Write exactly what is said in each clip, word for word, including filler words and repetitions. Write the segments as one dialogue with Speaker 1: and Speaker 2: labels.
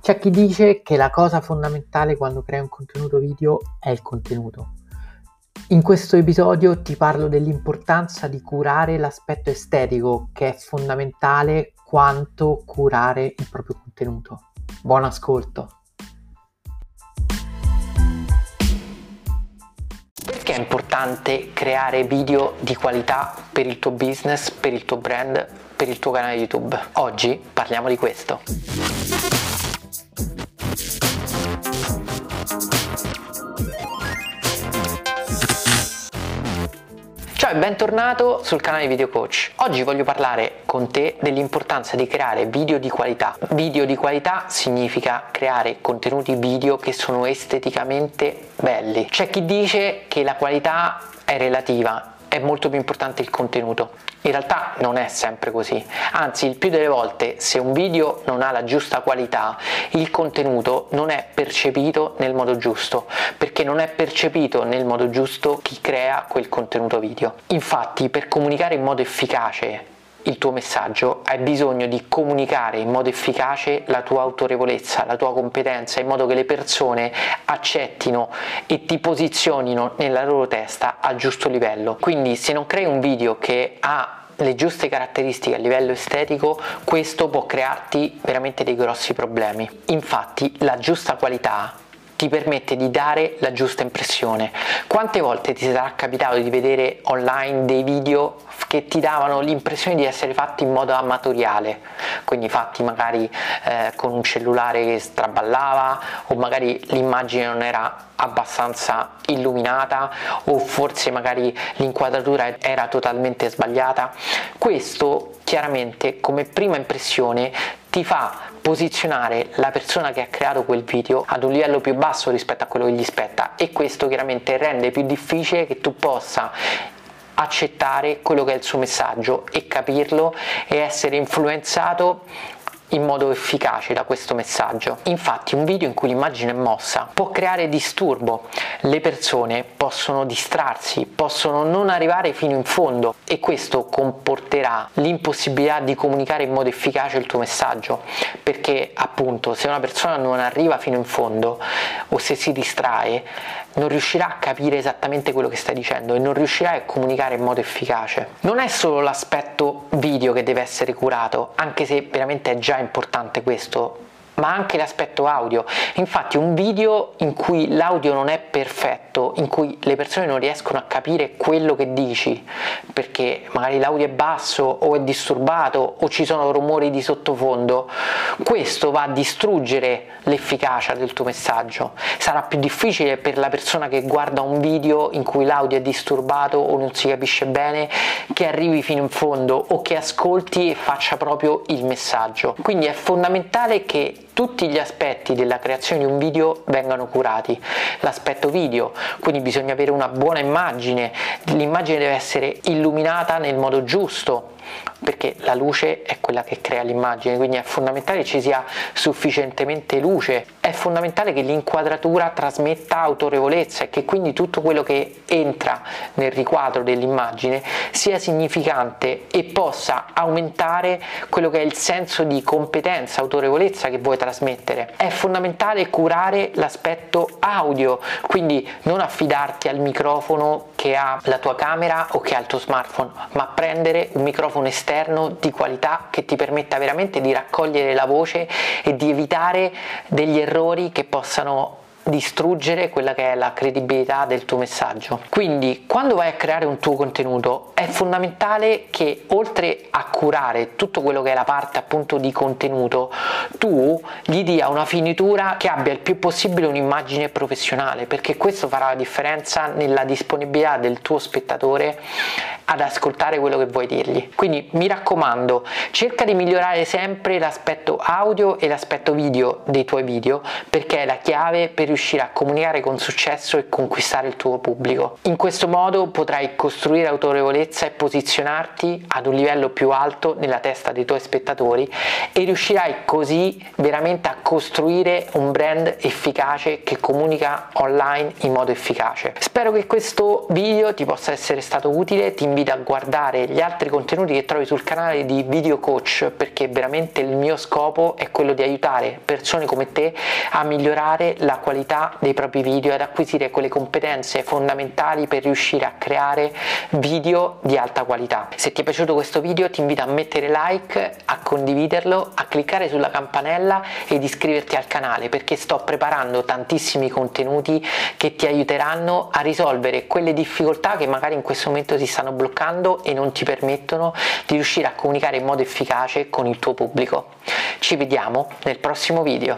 Speaker 1: C'è chi dice che la cosa fondamentale quando crei un contenuto video è il contenuto. In questo episodio ti parlo dell'importanza di curare l'aspetto estetico, che è fondamentale quanto curare il proprio contenuto. Buon ascolto! Perché è importante creare video di qualità per il tuo business, per il tuo brand, per il tuo canale YouTube? Oggi parliamo di questo. Ciao e bentornato sul canale Video Coach. Oggi voglio parlare con te dell'importanza di creare video di qualità. Video di qualità significa creare contenuti video che sono esteticamente belli. C'è chi dice che la qualità è relativa, è molto più importante il contenuto. In realtà non è sempre così, anzi il più delle volte se un video non ha la giusta qualità, il contenuto non è percepito nel modo giusto, perché non è percepito nel modo giusto chi crea quel contenuto video. Infatti, per comunicare in modo efficace il tuo messaggio hai bisogno di comunicare in modo efficace la tua autorevolezza, la tua competenza, in modo che le persone accettino e ti posizionino nella loro testa al giusto livello. Quindi se non crei un video che ha le giuste caratteristiche a livello estetico, questo può crearti veramente dei grossi problemi. Infatti la giusta qualità ti permette di dare la giusta impressione. Quante volte ti sarà capitato di vedere online dei video che ti davano l'impressione di essere fatti in modo amatoriale, quindi fatti magari eh, con un cellulare che straballava, o magari l'immagine non era abbastanza illuminata, o forse magari l'inquadratura era totalmente sbagliata? Questo chiaramente come prima impressione ti fa posizionare la persona che ha creato quel video ad un livello più basso rispetto a quello che gli spetta, e questo chiaramente rende più difficile che tu possa accettare quello che è il suo messaggio e capirlo e essere influenzato in modo efficace da questo messaggio. Infatti un video in cui l'immagine è mossa può creare disturbo, le persone possono distrarsi, possono non arrivare fino in fondo, e questo comporterà l'impossibilità di comunicare in modo efficace il tuo messaggio, perché appunto se una persona non arriva fino in fondo o se si distrae non riuscirà a capire esattamente quello che stai dicendo e non riuscirà a comunicare in modo efficace. Non è solo l'aspetto video che deve essere curato, anche se veramente è già importante questo, ma anche l'aspetto audio. Infatti un video in cui l'audio non è perfetto, in cui le persone non riescono a capire quello che dici, perché magari l'audio è basso o è disturbato o ci sono rumori di sottofondo, questo va a distruggere l'efficacia del tuo messaggio. Sarà più difficile per la persona che guarda un video in cui l'audio è disturbato o non si capisce bene che arrivi fino in fondo o che ascolti e faccia proprio il messaggio. Quindi è fondamentale che tutti gli aspetti della creazione di un video vengano curati. L'aspetto video, quindi bisogna avere una buona immagine, l'immagine deve essere illuminata nel modo giusto, perché la luce è quella che crea l'immagine, quindi è fondamentale che ci sia sufficientemente luce, è fondamentale che l'inquadratura trasmetta autorevolezza e che quindi tutto quello che entra nel riquadro dell'immagine sia significante e possa aumentare quello che è il senso di competenza, autorevolezza che vuoi trasmettere. È fondamentale curare l'aspetto audio, quindi non affidarti al microfono che ha la tua camera o che ha il tuo smartphone, ma prendere un microfono esterno di qualità che ti permetta veramente di raccogliere la voce e di evitare degli errori che possano distruggere quella che è la credibilità del tuo messaggio. Quindi quando vai a creare un tuo contenuto è fondamentale che oltre a curare tutto quello che è la parte appunto di contenuto, tu gli dia una finitura che abbia il più possibile un'immagine professionale, perché questo farà la differenza nella disponibilità del tuo spettatore ad ascoltare quello che vuoi dirgli. Quindi mi raccomando, cerca di migliorare sempre l'aspetto audio e l'aspetto video dei tuoi video, perché è la chiave per riuscire a comunicare con successo e conquistare il tuo pubblico. In questo modo potrai costruire autorevolezza e posizionarti ad un livello più alto nella testa dei tuoi spettatori, e riuscirai così veramente a costruire un brand efficace che comunica online in modo efficace. Spero che questo video ti possa essere stato utile, ti invito invito a guardare gli altri contenuti che trovi sul canale di Video Coach, perché veramente il mio scopo è quello di aiutare persone come te a migliorare la qualità dei propri video, ad acquisire quelle competenze fondamentali per riuscire a creare video di alta qualità. Se ti è piaciuto questo video ti invito a mettere like, a condividerlo, a cliccare sulla campanella ed iscriverti al canale, perché sto preparando tantissimi contenuti che ti aiuteranno a risolvere quelle difficoltà che magari in questo momento ti stanno bloccando e non ti permettono di riuscire a comunicare in modo efficace con il tuo pubblico. Ci vediamo nel prossimo video.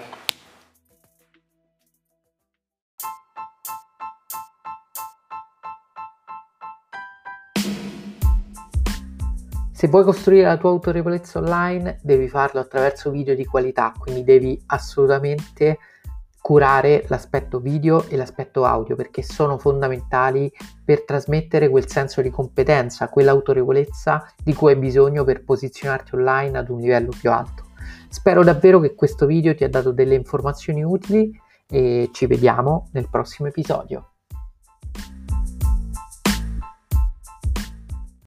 Speaker 1: Se vuoi costruire la tua autorevolezza online, devi farlo attraverso video di qualità, quindi devi assolutamente curare l'aspetto video e l'aspetto audio, perché sono fondamentali per trasmettere quel senso di competenza, quell'autorevolezza di cui hai bisogno per posizionarti online ad un livello più alto. Spero davvero che questo video ti ha dato delle informazioni utili e ci vediamo nel prossimo episodio.